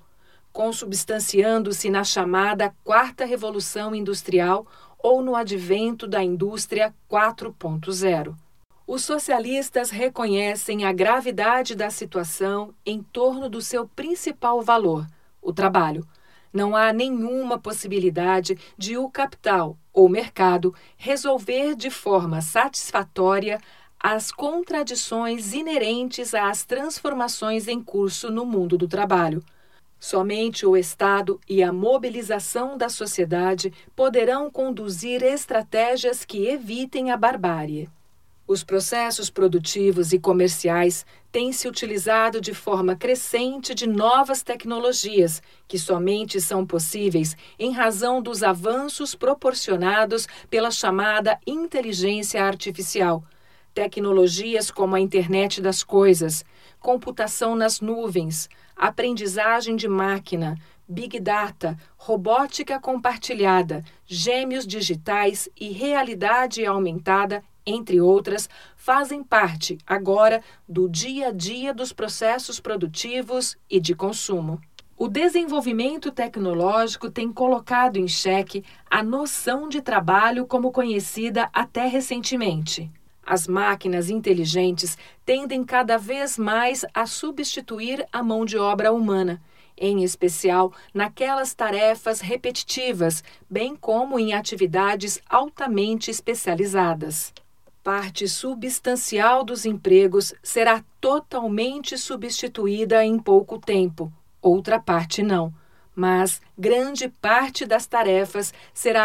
consubstanciando-se na chamada Quarta Revolução Industrial ou no advento da Indústria quatro ponto zero. Os socialistas reconhecem a gravidade da situação em torno do seu principal valor, o trabalho. Não há nenhuma possibilidade de o capital ou mercado resolver de forma satisfatória as contradições inerentes às transformações em curso no mundo do trabalho. Somente o Estado e a mobilização da sociedade poderão conduzir estratégias que evitem a barbárie. Os processos produtivos e comerciais têm se utilizado de forma crescente de novas tecnologias, que somente são possíveis em razão dos avanços proporcionados pela chamada inteligência artificial. Tecnologias como a internet das coisas, computação nas nuvens, aprendizagem de máquina, Big Data, robótica compartilhada, gêmeos digitais e realidade aumentada, entre outras, fazem parte, agora, do dia a dia dos processos produtivos e de consumo. O desenvolvimento tecnológico tem colocado em xeque a noção de trabalho como conhecida até recentemente. As máquinas inteligentes tendem cada vez mais a substituir a mão de obra humana, em especial naquelas tarefas repetitivas, bem como em atividades altamente especializadas. Parte substancial dos empregos será totalmente substituída em pouco tempo, outra parte não, mas grande parte das tarefas será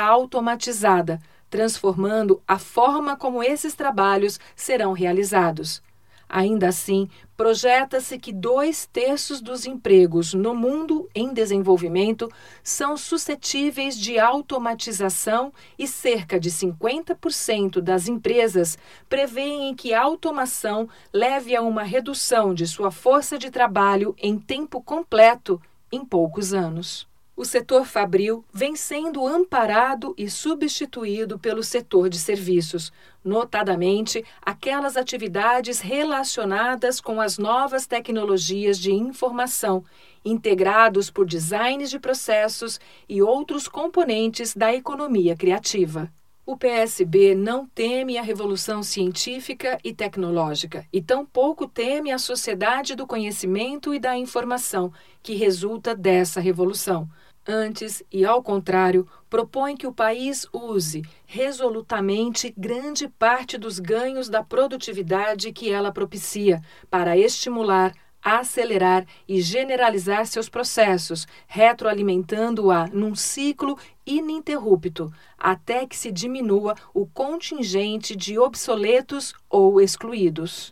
automatizada, transformando a forma como esses trabalhos serão realizados. Ainda assim, projeta-se que dois terços dos empregos no mundo em desenvolvimento são suscetíveis de automatização e cerca de cinquenta por cento das empresas prevêem que a automação leve a uma redução de sua força de trabalho em tempo completo em poucos anos. O setor fabril vem sendo amparado e substituído pelo setor de serviços, notadamente aquelas atividades relacionadas com as novas tecnologias de informação, integrados por designs de processos e outros componentes da economia criativa. O P S B não teme a revolução científica e tecnológica e tampouco teme a sociedade do conhecimento e da informação, que resulta dessa revolução. Antes, e ao contrário, propõe que o país use resolutamente grande parte dos ganhos da produtividade que ela propicia para estimular, acelerar e generalizar seus processos, retroalimentando-a num ciclo ininterrupto, até que se diminua o contingente de obsoletos ou excluídos.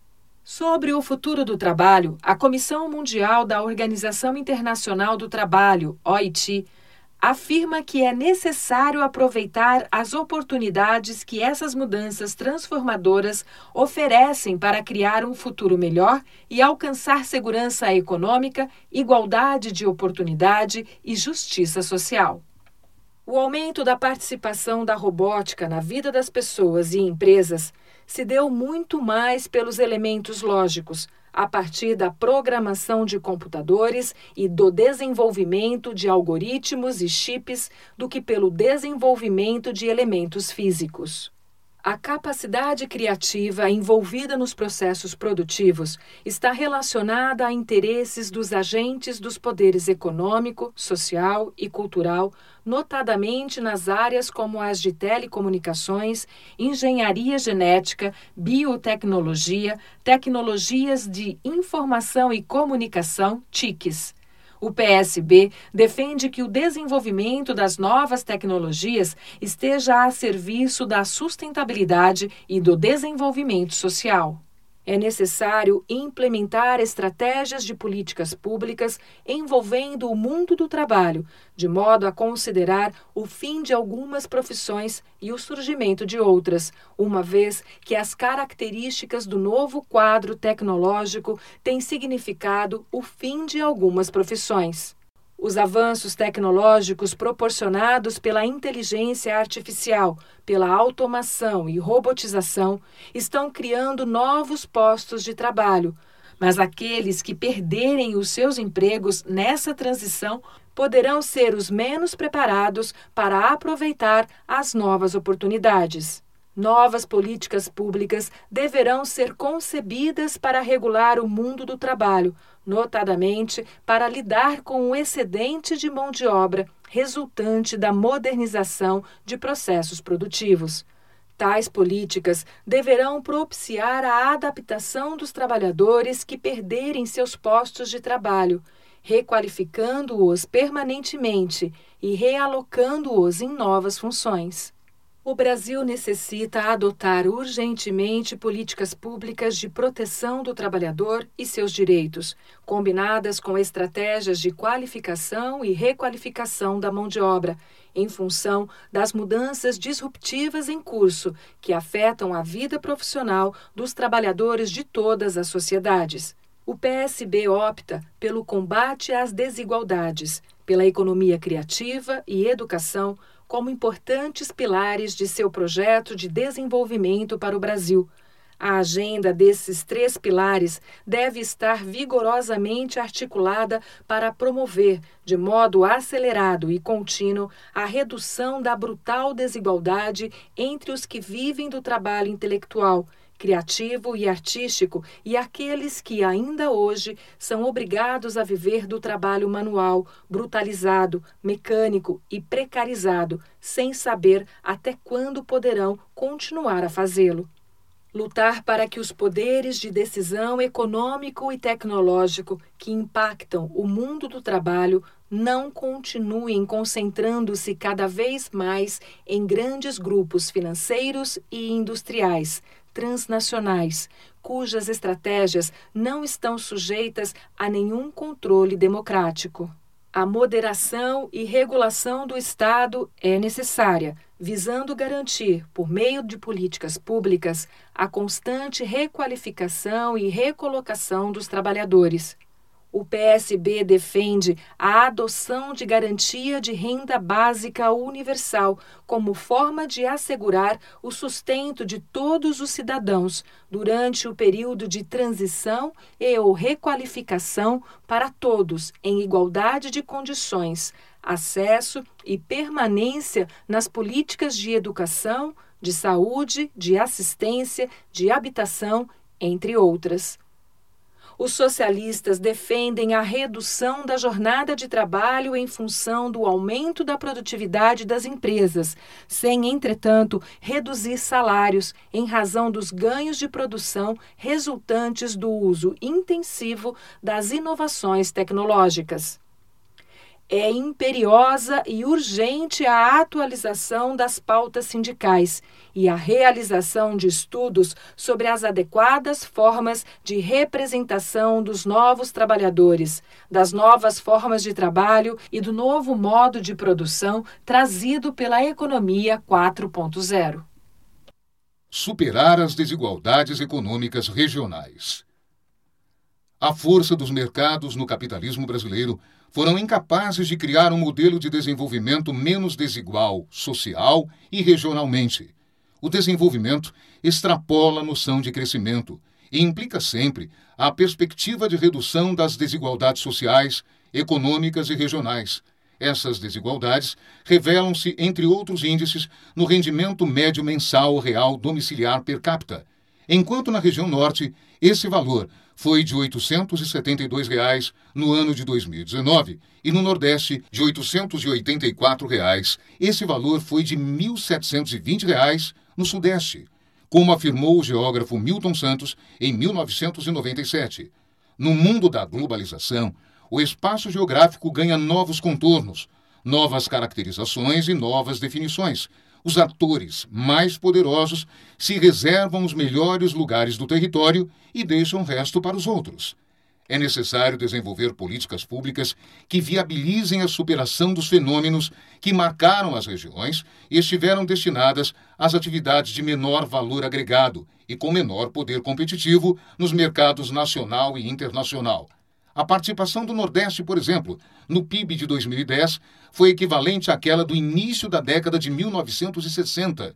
Sobre o futuro do trabalho, a Comissão Mundial da Organização Internacional do Trabalho, O I T, afirma que é necessário aproveitar as oportunidades que essas mudanças transformadoras oferecem para criar um futuro melhor e alcançar segurança econômica, igualdade de oportunidade e justiça social. O aumento da participação da robótica na vida das pessoas e empresas se deu muito mais pelos elementos lógicos, a partir da programação de computadores e do desenvolvimento de algoritmos e chips, do que pelo desenvolvimento de elementos físicos. A capacidade criativa envolvida nos processos produtivos está relacionada a interesses dos agentes dos poderes econômico, social e cultural, notadamente nas áreas como as de telecomunicações, engenharia genética, biotecnologia, tecnologias de informação e comunicação, T I Cs. O P S B defende que o desenvolvimento das novas tecnologias esteja a serviço da sustentabilidade e do desenvolvimento social. É necessário implementar estratégias de políticas públicas envolvendo o mundo do trabalho, de modo a considerar o fim de algumas profissões e o surgimento de outras, uma vez que as características do novo quadro tecnológico têm significado o fim de algumas profissões. Os avanços tecnológicos proporcionados pela inteligência artificial, pela automação e robotização estão criando novos postos de trabalho, mas aqueles que perderem os seus empregos nessa transição poderão ser os menos preparados para aproveitar as novas oportunidades. Novas políticas públicas deverão ser concebidas para regular o mundo do trabalho, notadamente para lidar com o excedente de mão de obra resultante da modernização de processos produtivos. Tais políticas deverão propiciar a adaptação dos trabalhadores que perderem seus postos de trabalho, requalificando-os permanentemente e realocando-os em novas funções. O Brasil necessita adotar urgentemente políticas públicas de proteção do trabalhador e seus direitos, combinadas com estratégias de qualificação e requalificação da mão de obra, em função das mudanças disruptivas em curso que afetam a vida profissional dos trabalhadores de todas as sociedades. O P S B opta pelo combate às desigualdades, pela economia criativa e educação, como importantes pilares de seu projeto de desenvolvimento para o Brasil. A agenda desses três pilares deve estar vigorosamente articulada para promover, de modo acelerado e contínuo, a redução da brutal desigualdade entre os que vivem do trabalho intelectual, criativo e artístico e aqueles que ainda hoje são obrigados a viver do trabalho manual, brutalizado, mecânico e precarizado, sem saber até quando poderão continuar a fazê-lo. Lutar para que os poderes de decisão econômico e tecnológico que impactam o mundo do trabalho não continuem concentrando-se cada vez mais em grandes grupos financeiros e industriais, transnacionais, cujas estratégias não estão sujeitas a nenhum controle democrático. A moderação e regulação do Estado é necessária, visando garantir, por meio de políticas públicas, a constante requalificação e recolocação dos trabalhadores. O P S B defende a adoção de garantia de renda básica universal como forma de assegurar o sustento de todos os cidadãos durante o período de transição e ou requalificação para todos em igualdade de condições, acesso e permanência nas políticas de educação, de saúde, de assistência, de habitação, entre outras. Os socialistas defendem a redução da jornada de trabalho em função do aumento da produtividade das empresas, sem, entretanto, reduzir salários em razão dos ganhos de produção resultantes do uso intensivo das inovações tecnológicas. É imperiosa e urgente a atualização das pautas sindicais e a realização de estudos sobre as adequadas formas de representação dos novos trabalhadores, das novas formas de trabalho e do novo modo de produção trazido pela economia quatro ponto zero. Superar as desigualdades econômicas regionais. A força dos mercados no capitalismo brasileiro foram incapazes de criar um modelo de desenvolvimento menos desigual, social e regionalmente. O desenvolvimento extrapola a noção de crescimento e implica sempre a perspectiva de redução das desigualdades sociais, econômicas e regionais. Essas desigualdades revelam-se, entre outros índices, no rendimento médio mensal real domiciliar per capita, enquanto na região norte esse valor foi de oitocentos e setenta e dois reais no ano de dois mil e dezenove e no Nordeste de oitocentos e oitenta e quatro reais. Esse valor foi de mil setecentos e vinte reais no Sudeste, como afirmou o geógrafo Milton Santos em mil novecentos e noventa e sete. No mundo da globalização, o espaço geográfico ganha novos contornos, novas caracterizações e novas definições. Os atores mais poderosos se reservam os melhores lugares do território e deixam o resto para os outros. É necessário desenvolver políticas públicas que viabilizem a superação dos fenômenos que marcaram as regiões e estiveram destinadas às atividades de menor valor agregado e com menor poder competitivo nos mercados nacional e internacional. A participação do Nordeste, por exemplo, no P I B de dois mil e dez foi equivalente àquela do início da década de mil novecentos e sessenta.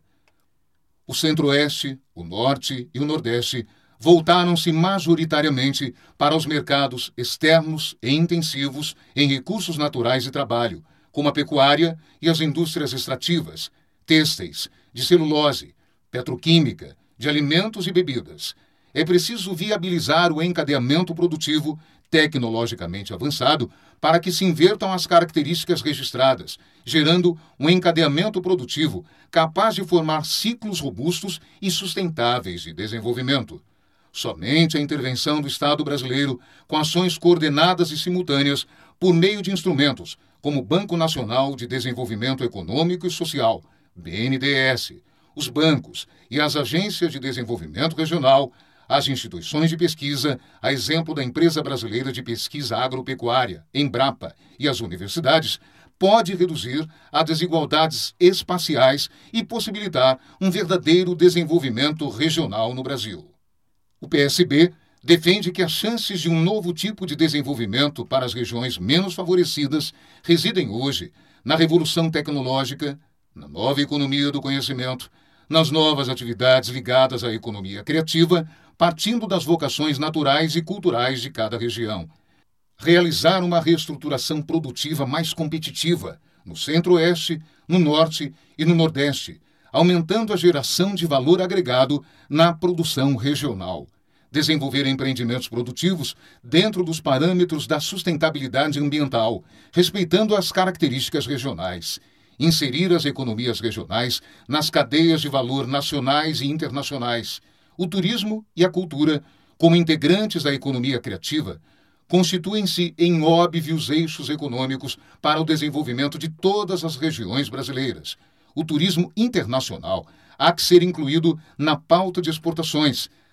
O Centro-Oeste, o Norte e o Nordeste voltaram-se majoritariamente para os mercados externos e intensivos em recursos naturais e trabalho, como a pecuária e as indústrias extrativas, têxteis, de celulose, petroquímica, de alimentos e bebidas. É preciso viabilizar o encadeamento produtivo tecnologicamente avançado para que se invertam as características registradas, gerando um encadeamento produtivo capaz de formar ciclos robustos e sustentáveis de desenvolvimento. Somente a intervenção do Estado brasileiro, com ações coordenadas e simultâneas, por meio de instrumentos como o Banco Nacional de Desenvolvimento Econômico e Social, B N D E S, os bancos e as agências de desenvolvimento regional, as instituições de pesquisa, a exemplo da Empresa Brasileira de Pesquisa Agropecuária, Embrapa, e as universidades, pode reduzir as desigualdades espaciais e possibilitar um verdadeiro desenvolvimento regional no Brasil. O P S B defende que as chances de um novo tipo de desenvolvimento para as regiões menos favorecidas residem hoje na revolução tecnológica, na nova economia do conhecimento, nas novas atividades ligadas à economia criativa, partindo das vocações naturais e culturais de cada região. Realizar uma reestruturação produtiva mais competitiva no Centro-Oeste, no Norte e no Nordeste, aumentando a geração de valor agregado na produção regional. Desenvolver empreendimentos produtivos dentro dos parâmetros da sustentabilidade ambiental, respeitando as características regionais. Inserir as economias regionais nas cadeias de valor nacionais e internacionais. O turismo e a cultura, como integrantes da economia criativa, constituem-se em óbvios eixos econômicos para o desenvolvimento de todas as regiões brasileiras. O turismo internacional há que ser incluído na pauta de exportações,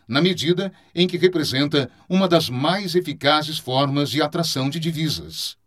na medida em que representa uma das mais eficazes formas de atração de divisas.